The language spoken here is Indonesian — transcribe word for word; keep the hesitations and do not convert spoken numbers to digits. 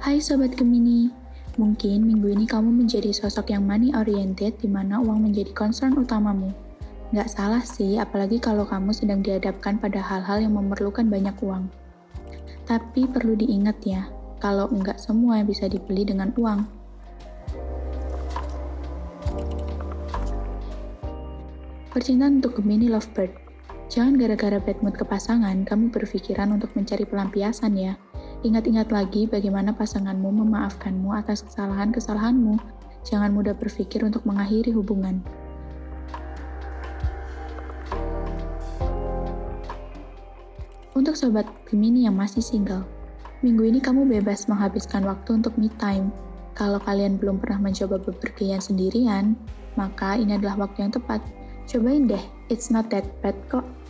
Hai Sobat Gemini, mungkin minggu ini kamu menjadi sosok yang money-oriented di mana uang menjadi concern utamamu. Nggak salah sih, apalagi kalau kamu sedang dihadapkan pada hal-hal yang memerlukan banyak uang. Tapi perlu diingat ya, kalau nggak semua bisa dibeli dengan uang. Percintaan untuk Gemini Lovebird. Jangan gara-gara bad mood ke pasangan, kamu berpikiran untuk mencari pelampiasan ya. Ingat-ingat lagi bagaimana pasanganmu memaafkanmu atas kesalahan-kesalahanmu. Jangan mudah berpikir untuk mengakhiri hubungan. Untuk sobat Gemini yang masih single, minggu ini kamu bebas menghabiskan waktu untuk me time. Kalau kalian belum pernah mencoba bepergian sendirian, maka ini adalah waktu yang tepat. Cobain deh, it's not that bad kok.